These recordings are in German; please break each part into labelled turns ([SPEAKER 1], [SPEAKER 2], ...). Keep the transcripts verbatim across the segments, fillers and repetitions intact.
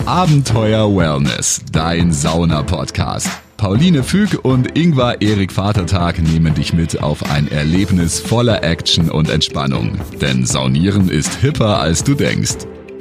[SPEAKER 1] Abenteuer Wellness, dein Sauna-Podcast. Pauline Füg und Ingvar Erik Vatertag nehmen dich mit auf ein Erlebnis voller Action und Entspannung. Denn Saunieren ist hipper, als du denkst.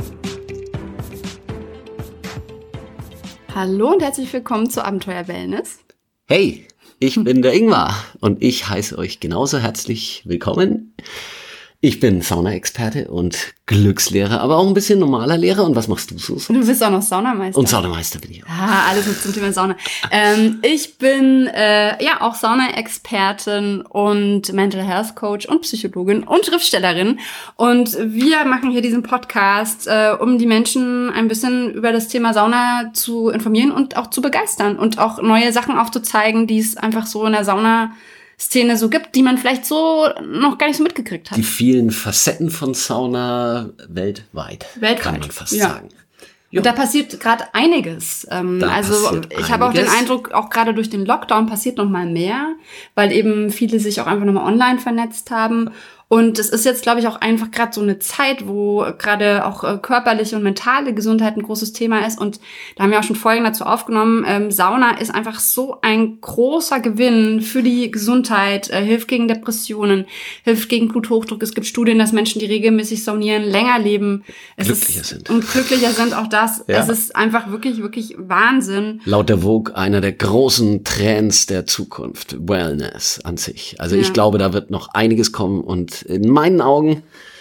[SPEAKER 2] Hallo und herzlich willkommen zu Abenteuer Wellness.
[SPEAKER 3] Hey, ich bin der Ingvar und ich heiße euch genauso herzlich willkommen. Ich bin Sauna-Experte und Glückslehrer, aber auch ein bisschen normaler Lehrer. Und was machst du so?
[SPEAKER 2] Du bist auch noch Saunameister.
[SPEAKER 3] Und Saunameister bin ich auch.
[SPEAKER 2] Ah, alles mit zum Thema Sauna. ähm, ich bin äh, ja auch Sauna-Expertin und Mental Health Coach und Psychologin und Schriftstellerin. Und wir machen hier diesen Podcast, äh, um die Menschen ein bisschen über das Thema Sauna zu informieren und auch zu begeistern und auch neue Sachen aufzuzeigen, die es einfach so in der Sauna Szene so gibt, die man vielleicht so noch gar nicht so mitgekriegt hat.
[SPEAKER 3] Die vielen Facetten von Sauna weltweit,
[SPEAKER 2] weltweit.
[SPEAKER 3] kann man fast
[SPEAKER 2] ja.
[SPEAKER 3] sagen.
[SPEAKER 2] Und da passiert gerade einiges. Ähm, also ich habe auch den Eindruck, auch gerade durch den Lockdown passiert noch mal mehr, weil eben viele sich auch einfach nochmal online vernetzt haben. Und es ist jetzt, glaube ich, auch einfach gerade so eine Zeit, wo gerade auch äh, körperliche und mentale Gesundheit ein großes Thema ist. Und da haben wir auch schon Folgen dazu aufgenommen. Ähm, Sauna ist einfach so ein großer Gewinn für die Gesundheit, äh, hilft gegen Depressionen, hilft gegen Bluthochdruck. Es gibt Studien, dass Menschen, die regelmäßig saunieren, länger leben. Es
[SPEAKER 3] glücklicher
[SPEAKER 2] ist,
[SPEAKER 3] sind.
[SPEAKER 2] Und glücklicher sind, auch das.
[SPEAKER 3] Ja.
[SPEAKER 2] Es ist einfach wirklich, wirklich Wahnsinn.
[SPEAKER 3] Laut der Vogue einer der großen Trends der Zukunft, Wellness an sich. Also
[SPEAKER 2] ja.
[SPEAKER 3] ich glaube, da wird noch einiges kommen und in meinen Augen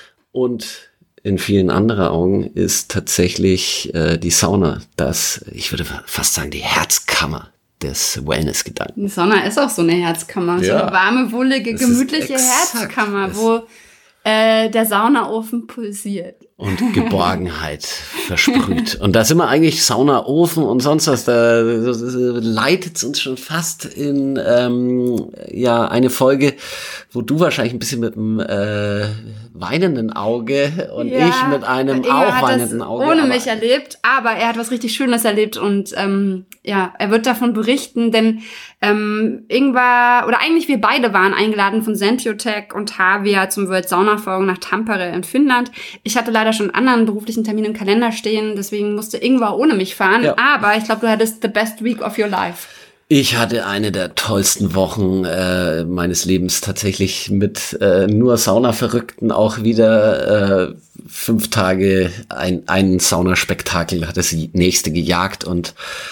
[SPEAKER 3] und in vielen anderen Augen ist tatsächlich äh, die Sauna das, ich würde fast sagen, die Herzkammer des Wellness-Gedanken.
[SPEAKER 2] Die Sauna ist auch so eine Herzkammer, ja. So eine warme, wohlige, das gemütliche Herzkammer, wo äh, der Saunaofen pulsiert.
[SPEAKER 3] Und Geborgenheit versprüht. Und da sind wir eigentlich Saunaofen und sonst was, da leitet es uns schon fast in ähm, ja eine Folge, wo du wahrscheinlich ein bisschen mit einem äh, weinenden Auge und
[SPEAKER 2] ja,
[SPEAKER 3] ich mit einem
[SPEAKER 2] Ingvar
[SPEAKER 3] auch weinenden Auge.
[SPEAKER 2] Ohne mich erlebt, aber er hat was richtig Schönes erlebt und ähm, ja, er wird davon berichten, denn ähm, Ingvar, oder eigentlich wir beide waren eingeladen von Sentiotec und Havia zum World Sauna Forum nach Tampere in Finnland. Ich hatte leider schon einen anderen beruflichen Termin im Kalender stehen, deswegen musste Ingvar ohne mich fahren, ja. Aber ich glaube, du hattest the best week of your life.
[SPEAKER 3] Ich hatte eine der tollsten Wochen äh, meines Lebens tatsächlich mit äh, nur Saunaverrückten auch wieder äh, fünf Tage ein, ein Saunaspektakel hat das nächste gejagt und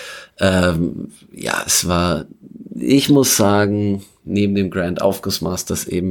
[SPEAKER 3] ähm, ja, es war, ich muss sagen, neben dem Grand Aufguss Masters eben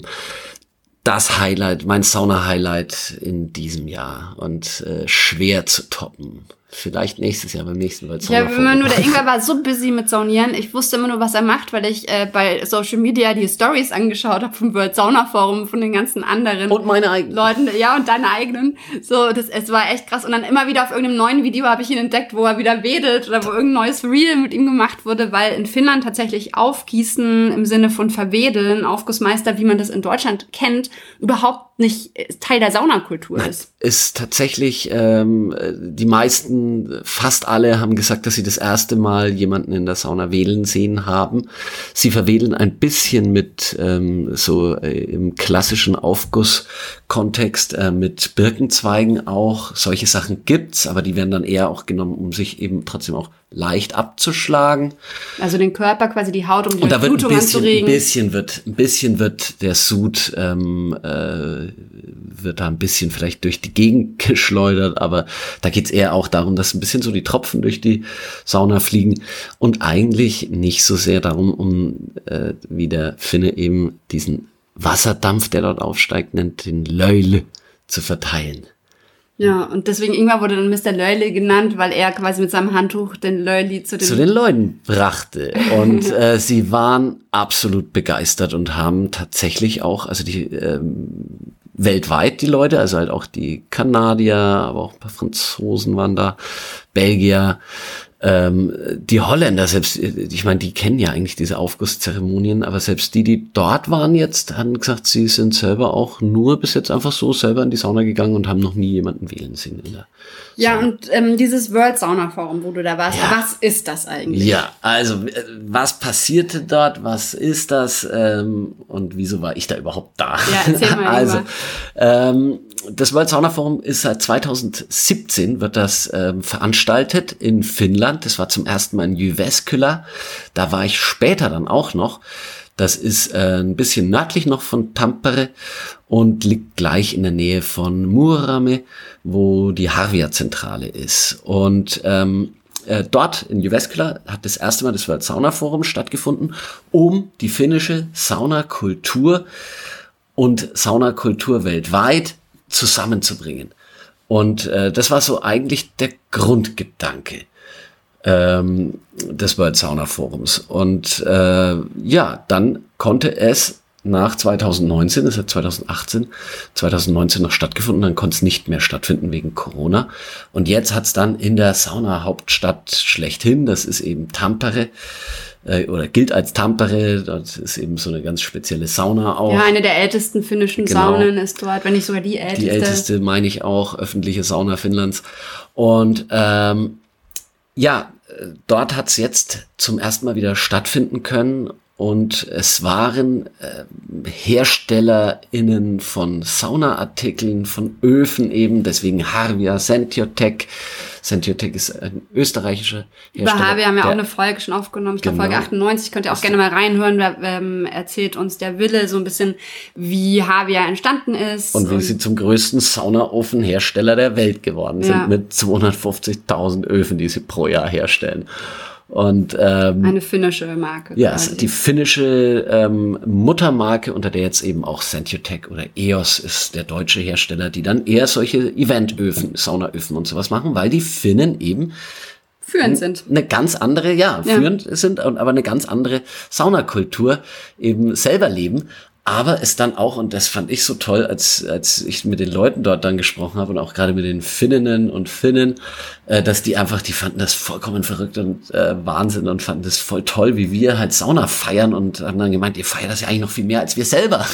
[SPEAKER 3] das Highlight, mein Sauna-Highlight in diesem Jahr und äh, schwer zu toppen. Vielleicht nächstes Jahr beim nächsten World Sauna
[SPEAKER 2] Forum. Ja, immer nur, der Ingvar war so busy mit Saunieren. Ich wusste immer nur, was er macht, weil ich äh, bei Social Media die Stories angeschaut habe vom World Sauna Forum, von den ganzen anderen.
[SPEAKER 3] Und meine eigenen.
[SPEAKER 2] Leuten, ja, und deine eigenen. So, das, es war echt krass. Und dann immer wieder auf irgendeinem neuen Video habe ich ihn entdeckt, wo er wieder wedelt oder wo irgendein neues Reel mit ihm gemacht wurde, weil in Finnland tatsächlich Aufgießen im Sinne von Verwedeln, Aufgussmeister, wie man das in Deutschland kennt, überhaupt nicht Teil der Saunakultur
[SPEAKER 3] Nein,
[SPEAKER 2] ist.
[SPEAKER 3] Ist tatsächlich, ähm, die meisten, fast alle haben gesagt, dass sie das erste Mal jemanden in der Sauna wedeln sehen haben. Sie verwedeln ein bisschen mit ähm, so äh, im klassischen Aufgusskontext äh, mit Birkenzweigen auch. Solche Sachen gibt's, aber die werden dann eher auch genommen, um sich eben trotzdem auch leicht abzuschlagen.
[SPEAKER 2] Also den Körper, quasi die Haut, um die
[SPEAKER 3] und da wird ein bisschen,
[SPEAKER 2] anzuregen.
[SPEAKER 3] Ein bisschen wird, ein bisschen wird der Sud ähm, äh, wird da ein bisschen vielleicht durch die Gegend geschleudert, aber da geht's eher auch darum, dass ein bisschen so die Tropfen durch die Sauna fliegen und eigentlich nicht so sehr darum, um äh, wie der Finne eben diesen Wasserdampf, der dort aufsteigt, nennt, den Löyle zu verteilen.
[SPEAKER 2] Ja, und deswegen Ingvar wurde dann Mister Löyle genannt, weil er quasi mit seinem Handtuch den Löyle zu den,
[SPEAKER 3] zu den Leuten brachte. Und äh, sie waren absolut begeistert und haben tatsächlich auch, also die ähm, weltweit die Leute, also halt auch die Kanadier, aber auch ein paar Franzosen waren da, Belgier, ähm, die Holländer selbst, ich meine, die kennen ja eigentlich diese Aufgusszeremonien, aber selbst die, die dort waren jetzt, haben gesagt, sie sind selber auch nur bis jetzt einfach so selber in die Sauna gegangen und haben noch nie jemanden wählen sehen in der
[SPEAKER 2] Ja, und ähm, dieses World Sauna Forum, wo du da warst, ja. Was ist das eigentlich?
[SPEAKER 3] Ja, also was passierte dort, was ist das ähm, und wieso war ich da überhaupt da?
[SPEAKER 2] Ja, erzähl mal.
[SPEAKER 3] Also ähm, das World Sauna Forum ist seit zweitausendsiebzehn, wird das ähm, veranstaltet in Finnland. Das war zum ersten Mal in Jyväskylä. Da war ich später dann auch noch. Das ist äh, ein bisschen nördlich noch von Tampere und liegt gleich in der Nähe von Muurame, wo die Harvia-Zentrale ist. Und ähm, äh, dort in Jyväskylä hat das erste Mal das World Sauna Forum stattgefunden, um die finnische Saunakultur und Saunakultur weltweit zusammenzubringen. Und äh, das war so eigentlich der Grundgedanke ähm, des World Sauna Forums. Und äh, ja, dann konnte es nach zweitausendneunzehn, das hat zweitausendachtzehn, zweitausendneunzehn noch stattgefunden, dann konnte es nicht mehr stattfinden wegen Corona. Und jetzt hat es dann in der Sauna-Hauptstadt schlechthin, das ist eben Tampere, oder gilt als Tampere, das ist eben so eine ganz spezielle Sauna auch.
[SPEAKER 2] Ja, eine der ältesten finnischen genau. Saunen ist dort, wenn nicht sogar die älteste.
[SPEAKER 3] Die älteste, meine ich auch, öffentliche Sauna Finnlands. Und ähm, ja, dort hat es jetzt zum ersten Mal wieder stattfinden können. Und es waren äh, HerstellerInnen von Saunaartikeln, von Öfen eben, deswegen Harvia, Sentiotec. Sentiotec ist ein österreichischer Hersteller.
[SPEAKER 2] Über Harvia haben wir auch eine Folge schon aufgenommen, ich glaube
[SPEAKER 3] genau.
[SPEAKER 2] Folge achtundneunzig, könnt ihr auch gerne mal reinhören, da ähm, erzählt uns der Wille so ein bisschen, wie Harvia entstanden ist.
[SPEAKER 3] Und wie und sie zum größten Saunaofenhersteller der Welt geworden sind, ja. mit zweihundertfünfzigtausend Öfen, die sie pro Jahr herstellen. Und ähm,
[SPEAKER 2] eine finnische Marke.
[SPEAKER 3] Ja, es ist die finnische ähm, Muttermarke, unter der jetzt eben auch Sentiotec oder E O S ist der deutsche Hersteller, die dann eher solche Eventöfen, Saunaöfen und sowas machen, weil die Finnen eben
[SPEAKER 2] führend sind.
[SPEAKER 3] Eine ganz andere, ja, ja. führend sind, aber eine ganz andere Saunakultur eben selber leben. Aber es dann auch, und das fand ich so toll, als als ich mit den Leuten dort dann gesprochen habe und auch gerade mit den Finninnen und Finnen, äh, dass die einfach, die fanden das vollkommen verrückt und äh, Wahnsinn und fanden das voll toll, wie wir halt Sauna feiern und haben dann gemeint, ihr feiert das ja eigentlich noch viel mehr als wir selber.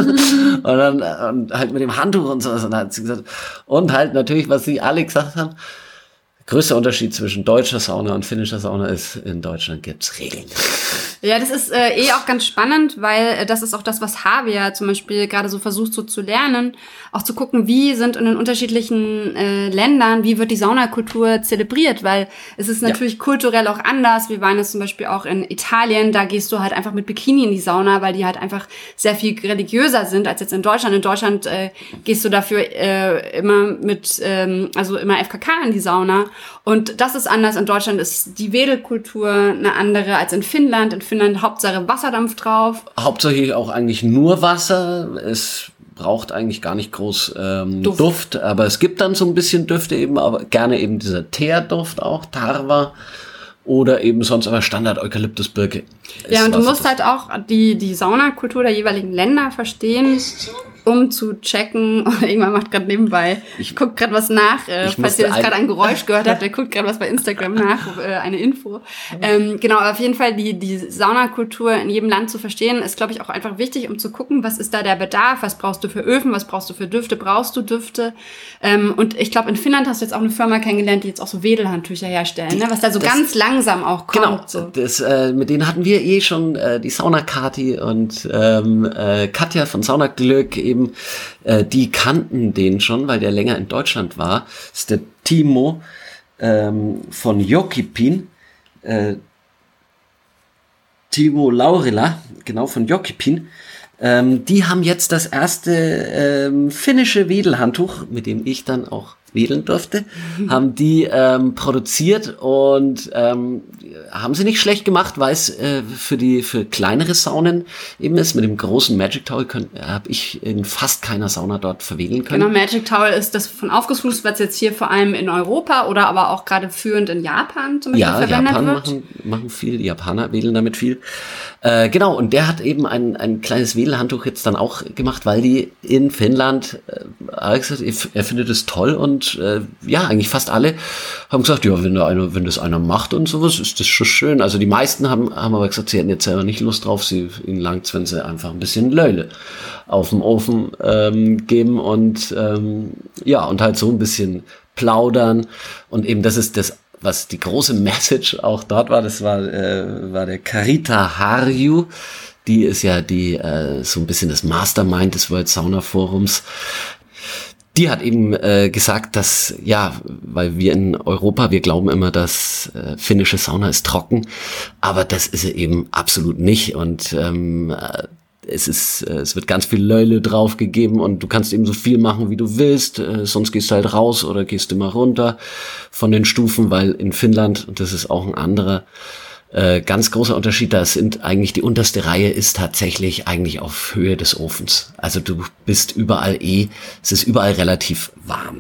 [SPEAKER 3] und dann und halt mit dem Handtuch und so. Und dann hat sie gesagt, und halt natürlich, was sie alle gesagt haben, größter Unterschied zwischen deutscher Sauna und finnischer Sauna ist, in Deutschland gibt's Regeln.
[SPEAKER 2] Ja, das ist äh, eh auch ganz spannend, weil äh, das ist auch das, was Harvia zum Beispiel gerade so versucht so zu lernen, auch zu gucken, wie sind in den unterschiedlichen äh, Ländern, wie wird die Saunakultur zelebriert, weil es ist natürlich ja. kulturell auch anders. Wir waren jetzt zum Beispiel auch in Italien, da gehst du halt einfach mit Bikini in die Sauna, weil die halt einfach sehr viel religiöser sind als jetzt in Deutschland. In Deutschland äh, gehst du dafür äh, immer mit, ähm, also immer F K K in die Sauna. Und das ist anders. In Deutschland ist die Wedelkultur eine andere als in Finnland. In Finnland Hauptsache Wasserdampf drauf.
[SPEAKER 3] Hauptsächlich auch eigentlich nur Wasser. Es braucht eigentlich gar nicht groß ähm, Duft. Duft, aber es gibt dann so ein bisschen Düfte eben, aber gerne eben dieser Teerduft auch, Tarva. Oder eben sonst aber Standard Eukalyptusbirke.
[SPEAKER 2] Ja, und du musst halt auch die, die Saunakultur der jeweiligen Länder verstehen, um zu checken. Oh, irgendwann macht gerade nebenbei, ich gucke gerade was nach, äh, falls ihr das gerade ein Geräusch gehört habt, der guckt gerade was bei Instagram nach, äh, eine Info. Ähm, genau, auf jeden Fall die, die Saunakultur in jedem Land zu verstehen, ist, glaube ich, auch einfach wichtig, um zu gucken, was ist da der Bedarf, was brauchst du für Öfen, was brauchst du für Düfte, brauchst du Düfte. Ähm, und ich glaube, in Finnland hast du jetzt auch eine Firma kennengelernt, die jetzt auch so Wedelhandtücher herstellen, die, ne? Was da so ganz langsam auch kommt.
[SPEAKER 3] Genau,
[SPEAKER 2] so.
[SPEAKER 3] das, äh, mit denen hatten wir eh schon äh, die Sauna-Kati und ähm, äh, Katja von Saunaglück eben, äh, die kannten den schon, weil der länger in Deutschland war. Das ist der Timo ähm, von Jokipin, äh, Timo Laurila, genau, von Jokipin. Ähm, die haben jetzt das erste ähm, finnische Wedelhandtuch, mit dem ich dann auch wedeln durfte, haben die ähm, produziert und ähm, haben sie nicht schlecht gemacht, weil es äh, für die für kleinere Saunen eben ist. Mit dem großen Magic Towel habe ich in fast keiner Sauna dort verwedeln können.
[SPEAKER 2] Genau, Magic Towel ist das von aufgefußt, was jetzt hier vor allem in Europa oder aber auch gerade führend in Japan zum Beispiel
[SPEAKER 3] ja,
[SPEAKER 2] verwendet
[SPEAKER 3] Japan
[SPEAKER 2] wird.
[SPEAKER 3] machen machen viel, die Japaner wedeln damit viel. Äh, genau, und der hat eben ein ein kleines Wedelhandtuch jetzt dann auch gemacht, weil die in Finnland, äh, gesagt, er findet es toll und äh, ja, eigentlich fast alle haben gesagt, ja, wenn da einer, wenn das einer macht und sowas, ist das schon schön. Also die meisten haben haben aber gesagt, sie hätten jetzt selber nicht Lust drauf, sie ihnen langt's, wenn sie einfach ein bisschen Löhle auf dem Ofen ähm, geben und ähm, ja, und halt so ein bisschen plaudern und eben das ist das, was die große Message auch dort war, das war, äh, war der Karita Harju. Die ist ja die äh, so ein bisschen das Mastermind des World Sauna Forums. die hat eben äh, gesagt, dass, ja, weil wir in Europa, wir glauben immer, dass äh, finnische Sauna ist trocken, aber das ist sie eben absolut nicht. Und ähm, es ist, äh, es wird ganz viel Lölle draufgegeben und du kannst eben so viel machen, wie du willst. Äh, sonst gehst du halt raus oder gehst immer runter von den Stufen, weil in Finnland, und das ist auch ein anderer Äh, ganz großer Unterschied, da sind eigentlich die unterste Reihe ist tatsächlich eigentlich auf Höhe des Ofens. Also du bist überall eh, es ist überall relativ warm.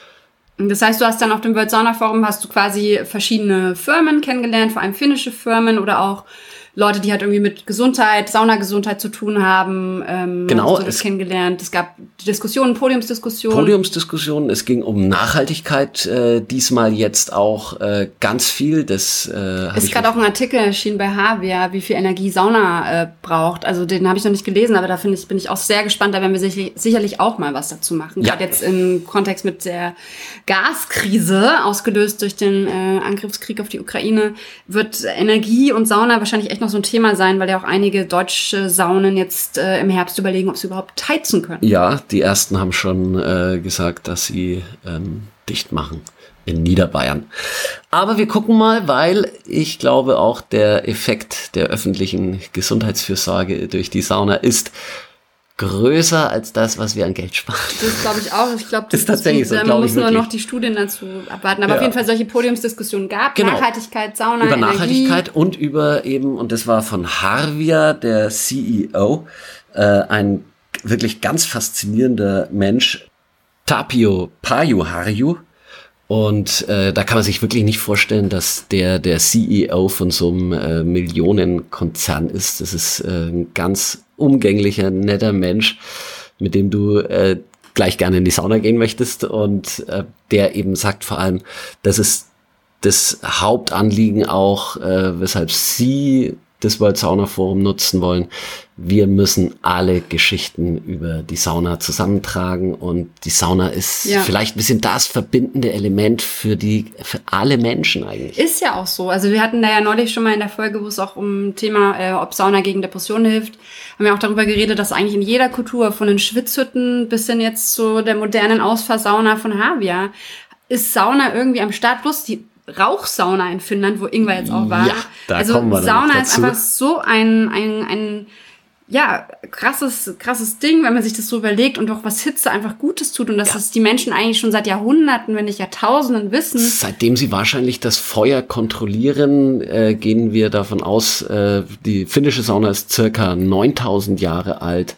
[SPEAKER 2] Das heißt, du hast dann auf dem World Sauna Forum hast du quasi verschiedene Firmen kennengelernt, vor allem finnische Firmen oder auch Leute, die halt irgendwie mit Gesundheit, Saunagesundheit zu tun haben, ähm,
[SPEAKER 3] genau,
[SPEAKER 2] hast du das kennengelernt. Es gab Diskussionen, Podiumsdiskussionen.
[SPEAKER 3] Podiumsdiskussionen, es ging um Nachhaltigkeit, äh, diesmal jetzt auch äh, ganz viel. Das äh,
[SPEAKER 2] Es ist gerade auch ein Artikel erschienen bei Havia, wie viel Energie Sauna äh, braucht. Also den habe ich noch nicht gelesen, aber da finde ich, bin ich auch sehr gespannt. Da werden wir sicherlich, sicherlich auch mal was dazu machen.
[SPEAKER 3] Ja.
[SPEAKER 2] Gerade jetzt im Kontext mit der Gaskrise, ausgelöst durch den äh, Angriffskrieg auf die Ukraine, wird Energie und Sauna wahrscheinlich echt noch so ein Thema sein, weil ja auch einige deutsche Saunen jetzt äh, im Herbst überlegen, ob sie überhaupt heizen können.
[SPEAKER 3] Ja, die ersten haben schon äh, gesagt, dass sie ähm, dicht machen in Niederbayern. Aber wir gucken mal, weil ich glaube auch der Effekt der öffentlichen Gesundheitsfürsorge durch die Sauna ist größer als das, was wir an Geld sparen.
[SPEAKER 2] Das glaube ich auch. Ich glaube, das
[SPEAKER 3] ist tatsächlich so.
[SPEAKER 2] Man muss nur noch die Studien dazu abwarten. Aber ja. Auf jeden Fall solche Podiumsdiskussionen gab.
[SPEAKER 3] Genau.
[SPEAKER 2] Nachhaltigkeit, Sauna,
[SPEAKER 3] über
[SPEAKER 2] Energie.
[SPEAKER 3] Nachhaltigkeit und über eben, und das war von Harvia, der C E O, äh, ein wirklich ganz faszinierender Mensch, Tapio Pajuharju. Und äh, da kann man sich wirklich nicht vorstellen, dass der der C E O von so einem äh, Millionenkonzern ist. Das ist äh, ein ganz umgänglicher, netter Mensch, mit dem du äh, gleich gerne in die Sauna gehen möchtest. Und äh, der eben sagt vor allem, das ist das Hauptanliegen auch, äh, weshalb sie das World Sauna Forum nutzen wollen. Wir müssen alle Geschichten über die Sauna zusammentragen und die Sauna ist ja. vielleicht ein bisschen das verbindende Element für die, für alle Menschen eigentlich.
[SPEAKER 2] Ist ja auch so. Also wir hatten da ja neulich schon mal in der Folge, wo es auch um Thema, äh, ob Sauna gegen Depressionen hilft, haben wir auch darüber geredet, dass eigentlich in jeder Kultur, von den Schwitzhütten bis hin jetzt zu der modernen Ausfahrsauna von Havia, ist Sauna irgendwie am Start. Plus die Rauchsauna in Finnland, wo Ingwer jetzt auch war.
[SPEAKER 3] Ja, da
[SPEAKER 2] also
[SPEAKER 3] kommen wir
[SPEAKER 2] Sauna
[SPEAKER 3] dazu.
[SPEAKER 2] Ist einfach so ein, ein, ein ja, krasses, krasses Ding, wenn man sich das so überlegt und auch was Hitze einfach Gutes tut und dass ja. das die Menschen eigentlich schon seit Jahrhunderten, wenn nicht Jahrtausenden wissen.
[SPEAKER 3] Seitdem sie wahrscheinlich das Feuer kontrollieren, äh, gehen wir davon aus, äh, die finnische Sauna ist circa neuntausend Jahre alt.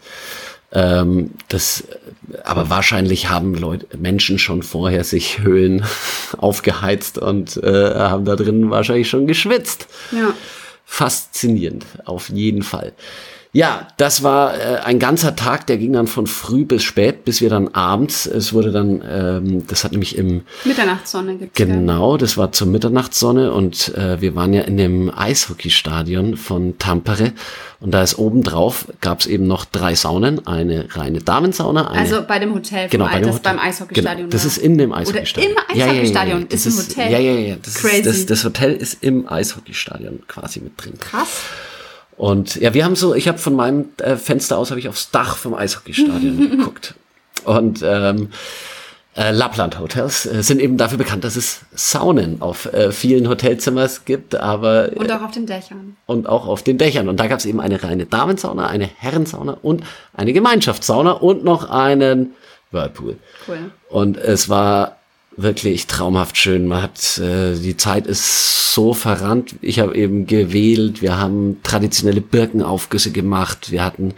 [SPEAKER 3] Ähm, das, aber wahrscheinlich haben Leute, Menschen schon vorher sich Höhlen aufgeheizt und äh, haben da drin wahrscheinlich schon geschwitzt.
[SPEAKER 2] Ja.
[SPEAKER 3] Faszinierend, auf jeden Fall. Ja, das war äh, ein ganzer Tag, der ging dann von früh bis spät, bis wir dann abends, es wurde dann, ähm, das hat nämlich im
[SPEAKER 2] Mitternachtssonne gibt's
[SPEAKER 3] Genau, das war zur Mitternachtssonne und äh, wir waren ja in dem Eishockeystadion von Tampere und da ist obendrauf, gab es eben noch drei Saunen, eine reine Damensauna. Eine,
[SPEAKER 2] also bei dem Hotel,
[SPEAKER 3] genau, bei dem
[SPEAKER 2] das
[SPEAKER 3] Hotel.
[SPEAKER 2] beim Eishockeystadion
[SPEAKER 3] genau, das ist in dem Eishockeystadion.
[SPEAKER 2] Oder im Eishockeystadion, ja, ja, ja, ja.
[SPEAKER 3] ist
[SPEAKER 2] im Hotel?
[SPEAKER 3] Ja, ja, ja, das,
[SPEAKER 2] Crazy.
[SPEAKER 3] Ist, das, das Hotel ist im Eishockeystadion quasi mit drin.
[SPEAKER 2] Krass.
[SPEAKER 3] Und ja, wir haben so, ich habe von meinem äh, Fenster aus habe ich aufs Dach vom Eishockeystadion geguckt. Und ähm, äh, Lappland Hotels äh, sind eben dafür bekannt, dass es Saunen auf äh, vielen Hotelzimmern gibt, aber
[SPEAKER 2] und auch auf den Dächern.
[SPEAKER 3] Und auch auf den Dächern. Und da gab es eben eine reine Damensauna, eine Herrensauna und eine Gemeinschaftssauna und noch einen Whirlpool.
[SPEAKER 2] Cool.
[SPEAKER 3] Und es war wirklich traumhaft schön. Man hat äh, die Zeit ist so verrannt. Ich habe eben gewählt. Wir haben traditionelle Birkenaufgüsse gemacht. Wir hatten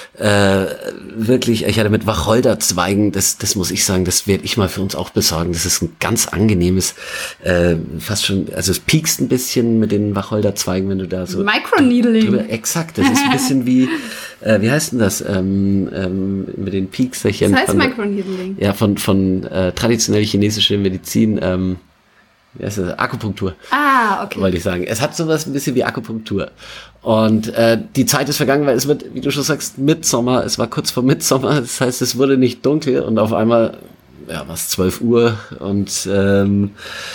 [SPEAKER 3] äh, wirklich, ich hatte mit Wacholderzweigen, das, das muss ich sagen, das werde ich mal für uns auch besorgen. Das ist ein ganz angenehmes, äh, fast schon, also es piekst ein bisschen mit den Wacholderzweigen, wenn du da so
[SPEAKER 2] Microneedling.
[SPEAKER 3] Drüber, exakt, das ist ein bisschen wie, äh, wie heißt denn das, ähm, ähm, mit den Piekserchen.
[SPEAKER 2] Das heißt
[SPEAKER 3] von,
[SPEAKER 2] Microneedling.
[SPEAKER 3] Ja, von, von äh, traditionell chinesische Medizin, ähm, wie heißt das? Akupunktur.
[SPEAKER 2] Ah, okay.
[SPEAKER 3] Wollte ich sagen. Es hat sowas ein bisschen wie Akupunktur. Und äh, die Zeit ist vergangen, weil es wird, wie du schon sagst, Mitsommer. Es war kurz vor Mitsommer. Das heißt, es wurde nicht dunkel und auf einmal, ja, was zwölf Uhr und ähm,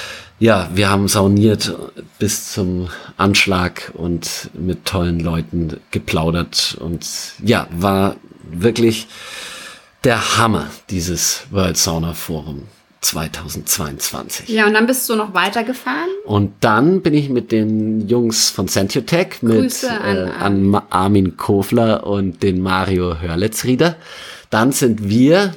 [SPEAKER 3] ja, wir haben sauniert bis zum Anschlag und mit tollen Leuten geplaudert und ja, war wirklich der Hammer, dieses World Sauna Forum zweitausendzweiundzwanzig.
[SPEAKER 2] Ja, und dann bist du noch weitergefahren?
[SPEAKER 3] Und dann bin ich mit den Jungs von Sentiotech, mit an, äh, an Armin Kofler und den Mario Hörletzrieder. Dann sind wir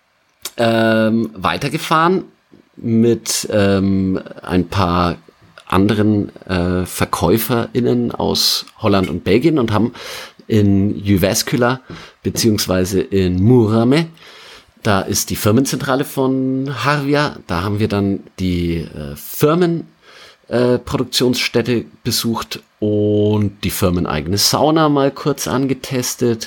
[SPEAKER 3] ähm, weitergefahren mit ähm, ein paar anderen äh, VerkäuferInnen aus Holland und Belgien und haben in Jyväskylä beziehungsweise in Muurame, da ist die Firmenzentrale von Harvia, da haben wir dann die äh, Firmenproduktionsstätte äh, besucht und die firmeneigene Sauna mal kurz angetestet.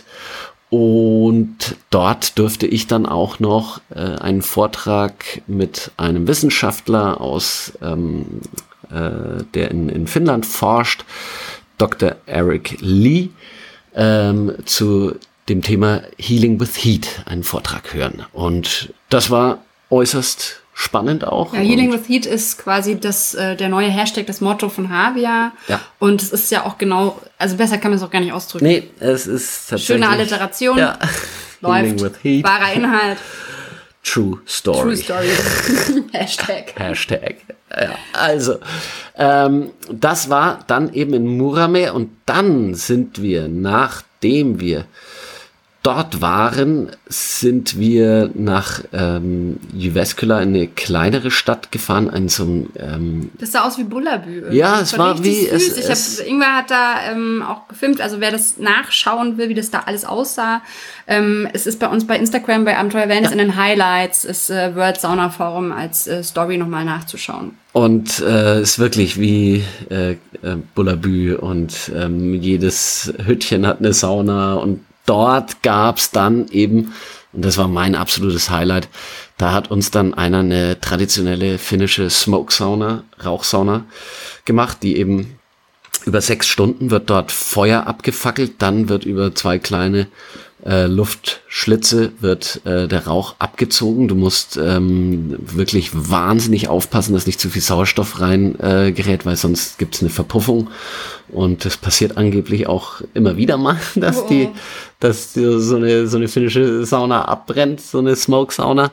[SPEAKER 3] Und dort durfte ich dann auch noch äh, einen Vortrag mit einem Wissenschaftler aus, ähm, äh, der in, in Finnland forscht, Doktor Eric Lee, ähm, zu dem Thema Healing with Heat einen Vortrag hören. Und das war äußerst spannend auch.
[SPEAKER 2] Ja, Healing with Heat ist quasi das, äh, der neue Hashtag, das Motto von Harvia.
[SPEAKER 3] Ja.
[SPEAKER 2] Und es ist ja auch genau, also besser kann man es auch gar nicht ausdrücken.
[SPEAKER 3] Nee, es ist tatsächlich...
[SPEAKER 2] Schöne Alliteration.
[SPEAKER 3] Ja.
[SPEAKER 2] Läuft. With Heat. Wahrer Inhalt.
[SPEAKER 3] True Story.
[SPEAKER 2] True Story. Hashtag.
[SPEAKER 3] Hashtag. Ja, also, ähm, das war dann eben in Muurame und dann sind wir, nachdem wir dort waren, sind wir nach ähm, Jyväskylä, in eine kleinere Stadt gefahren, in so einem... Ähm,
[SPEAKER 2] das sah aus wie Bullabü.
[SPEAKER 3] Ja, es war, war wie...
[SPEAKER 2] Es, ich es, hab, Ingwer hat da ähm, auch gefilmt, also wer das nachschauen will, wie das da alles aussah, ähm, es ist bei uns bei Instagram, bei Abenteuer Wellness, ja. In den Highlights ist äh, World Sauna Forum als äh, Story nochmal nachzuschauen. Und
[SPEAKER 3] es äh, ist wirklich wie äh, äh, Bullabü und ähm, jedes Hüttchen hat eine Sauna und dort gab's dann eben, und das war mein absolutes Highlight, da hat uns dann einer eine traditionelle finnische Smoke-Sauna, Rauchsauna gemacht, die eben über sechs Stunden wird dort Feuer abgefackelt, dann wird über zwei kleine äh, Luftschlitze wird äh, der Rauch abgezogen. Du musst ähm, wirklich wahnsinnig aufpassen, dass nicht zu viel Sauerstoff rein äh, gerät, weil sonst gibt's eine Verpuffung. Und das passiert angeblich auch immer wieder mal, dass oh. die, dass die, so eine so eine finnische Sauna abbrennt, so eine Smoke-Sauna.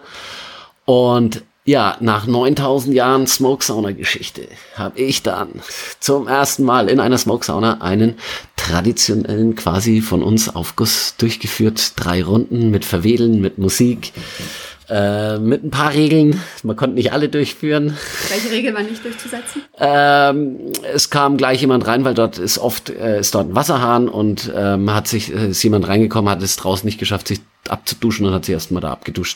[SPEAKER 3] Und ja, nach neuntausend Jahren Smoke-Sauna-Geschichte habe ich dann zum ersten Mal in einer Smoke-Sauna einen traditionellen, quasi von uns Aufguss durchgeführt. Drei Runden mit Verwedeln, mit Musik, äh, mit ein paar Regeln. Man konnte nicht alle durchführen.
[SPEAKER 2] Welche Regel war nicht durchzusetzen?
[SPEAKER 3] Ähm, es kam gleich jemand rein, weil dort ist oft äh, ist dort ein Wasserhahn und ähm, hat sich äh, ist jemand reingekommen, hat es draußen nicht geschafft, sich abzuduschen und hat sich erst mal da abgeduscht.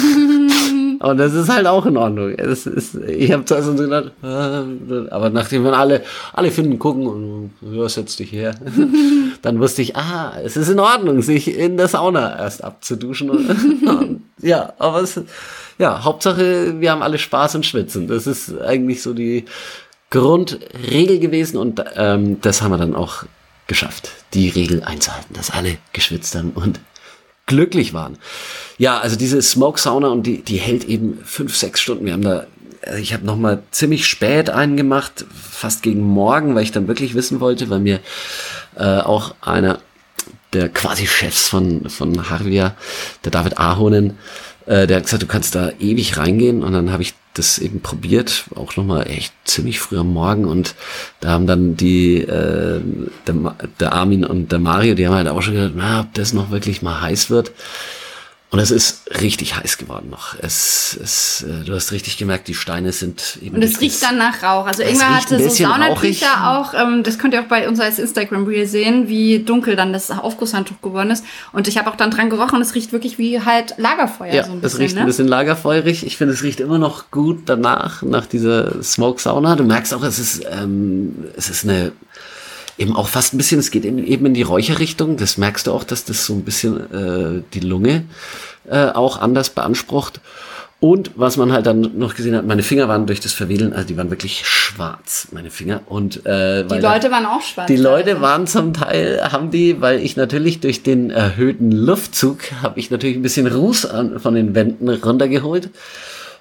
[SPEAKER 3] Und das ist halt auch in Ordnung. Das ist, ich habe zuerst so gedacht, äh, aber nachdem wir alle, alle finden, gucken und ja, setz dich her, dann wusste ich, ah, es ist in Ordnung, sich in der Sauna erst abzuduschen. Und, und, ja, aber es, ja, Hauptsache, wir haben alle Spaß und schwitzen. Das ist eigentlich so die Grundregel gewesen und ähm, das haben wir dann auch geschafft, die Regel einzuhalten, dass alle geschwitzt haben und glücklich waren. Ja, also diese Smoke-Sauna und die, die hält eben fünf, sechs Stunden. Wir haben da, ich habe nochmal ziemlich spät einen gemacht, fast gegen Morgen, weil ich dann wirklich wissen wollte, weil mir äh, auch einer der quasi Chefs von, von Harvia, der David Ahonen, äh, der hat gesagt, du kannst da ewig reingehen und dann habe ich das eben probiert, auch nochmal echt ziemlich früh am Morgen und da haben dann die, äh, der, der Armin und der Mario, die haben halt auch schon gedacht, na, ob das noch wirklich mal heiß wird. Und es ist richtig heiß geworden noch. Es, es, äh, du hast richtig gemerkt, die Steine sind eben...
[SPEAKER 2] Und es riecht dann nach Rauch. Also irgendwann hatte so Saunatücher auch, ähm, das könnt ihr auch bei uns als Instagram-Reel sehen, wie dunkel dann das Aufgusshandtuch geworden ist. Und ich habe auch dann dran gerochen und es riecht wirklich wie halt Lagerfeuer.
[SPEAKER 3] Ja,
[SPEAKER 2] so ein bisschen,
[SPEAKER 3] es riecht
[SPEAKER 2] ne?
[SPEAKER 3] ein bisschen lagerfeurig. Ich finde, es riecht immer noch gut danach, nach dieser Smoke-Sauna. Du merkst auch, es ist, ähm, es ist eine... eben auch fast ein bisschen, es geht eben in die Räucherrichtung. Das merkst du auch, dass das so ein bisschen äh, die Lunge äh, auch anders beansprucht. Und was man halt dann noch gesehen hat, meine Finger waren durch das Verwedeln, also die waren wirklich schwarz, meine Finger. Und äh,
[SPEAKER 2] die Leute da, waren auch schwarz.
[SPEAKER 3] Die Leute also. waren zum Teil, haben die, weil ich natürlich durch den erhöhten Luftzug, habe ich natürlich ein bisschen Ruß an, von den Wänden runtergeholt.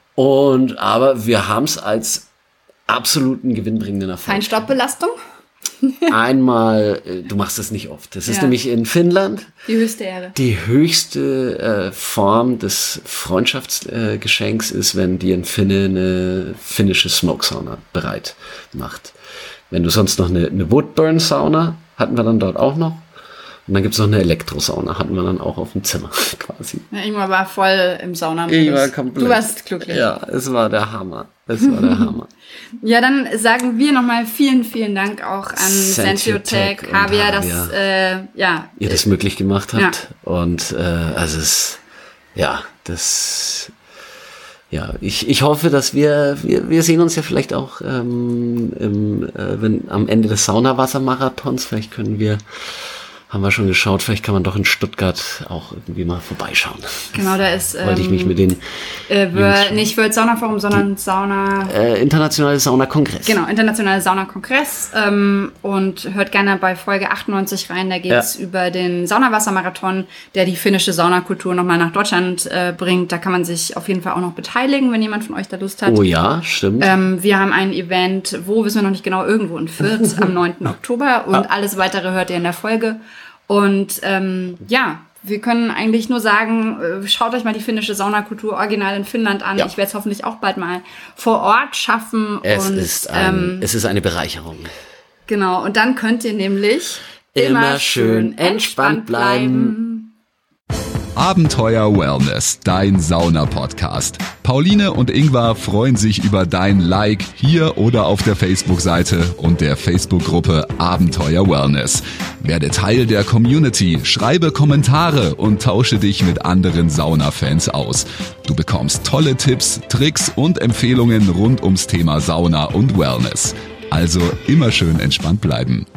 [SPEAKER 3] Und aber wir haben es als absoluten gewinnbringenden Erfolg.
[SPEAKER 2] Feinstaubbelastung?
[SPEAKER 3] einmal, du machst das nicht oft, das ist
[SPEAKER 2] ja.
[SPEAKER 3] nämlich in Finnland.
[SPEAKER 2] Die höchste Ehre.
[SPEAKER 3] Die höchste äh, Form des Freundschaftsgeschenks äh, ist, wenn dir ein Finne eine finnische Smoke-Sauna bereit macht. Wenn du sonst noch eine, eine Woodburn-Sauna, hatten wir dann dort auch noch. Und dann gibt's noch eine Elektrosauna, hatten wir dann auch auf dem Zimmer quasi.
[SPEAKER 2] Ja, Ingmar war voll im Saunamodus.
[SPEAKER 3] Ich war komplett.
[SPEAKER 2] Du warst glücklich.
[SPEAKER 3] Ja, es war der Hammer. Es war der Hammer.
[SPEAKER 2] Ja, dann sagen wir nochmal vielen, vielen Dank auch an Sensiotech, Javier, dass äh, ja,
[SPEAKER 3] ihr das möglich gemacht habt. Ja. Und äh, also es, ja, das, ja, ich, ich hoffe, dass wir, wir, wir sehen uns ja vielleicht auch ähm, im, äh, wenn, am Ende des Saunawassermarathons, vielleicht können wir, haben wir schon geschaut, vielleicht kann man doch in Stuttgart auch irgendwie mal vorbeischauen.
[SPEAKER 2] Genau, da ist ähm,
[SPEAKER 3] wollte ich mich mit den
[SPEAKER 2] äh, wir, nicht World Sauna Forum, sondern Sauna
[SPEAKER 3] äh, internationale Saunakongress.
[SPEAKER 2] Genau, internationale Saunakongress ähm, und hört gerne bei Folge achtundneunzig rein, da geht's ja. über den Saunawassermarathon, der die finnische Saunakultur nochmal nach Deutschland äh, bringt. Da kann man sich auf jeden Fall auch noch beteiligen, wenn jemand von euch da Lust hat.
[SPEAKER 3] Oh ja, stimmt.
[SPEAKER 2] Ähm, wir haben ein Event, wo wissen wir noch nicht genau, irgendwo in Fürth am neunten Oktober und ja. alles weitere hört ihr in der Folge. Und ähm, ja, wir können eigentlich nur sagen, äh, schaut euch mal die finnische Saunakultur original in Finnland an. Ja. Ich werde es hoffentlich auch bald mal vor Ort schaffen.
[SPEAKER 3] Es,
[SPEAKER 2] und,
[SPEAKER 3] ist ein, ähm, es ist eine Bereicherung.
[SPEAKER 2] Genau, und dann könnt ihr nämlich
[SPEAKER 3] immer, immer schön entspannt bleiben.
[SPEAKER 1] Abenteuer Wellness, dein Sauna-Podcast. Pauline und Ingvar freuen sich über dein Like hier oder auf der Facebook-Seite und der Facebook-Gruppe Abenteuer Wellness. Werde Teil der Community, schreibe Kommentare und tausche dich mit anderen Sauna-Fans aus. Du bekommst tolle Tipps, Tricks und Empfehlungen rund ums Thema Sauna und Wellness. Also immer schön entspannt bleiben.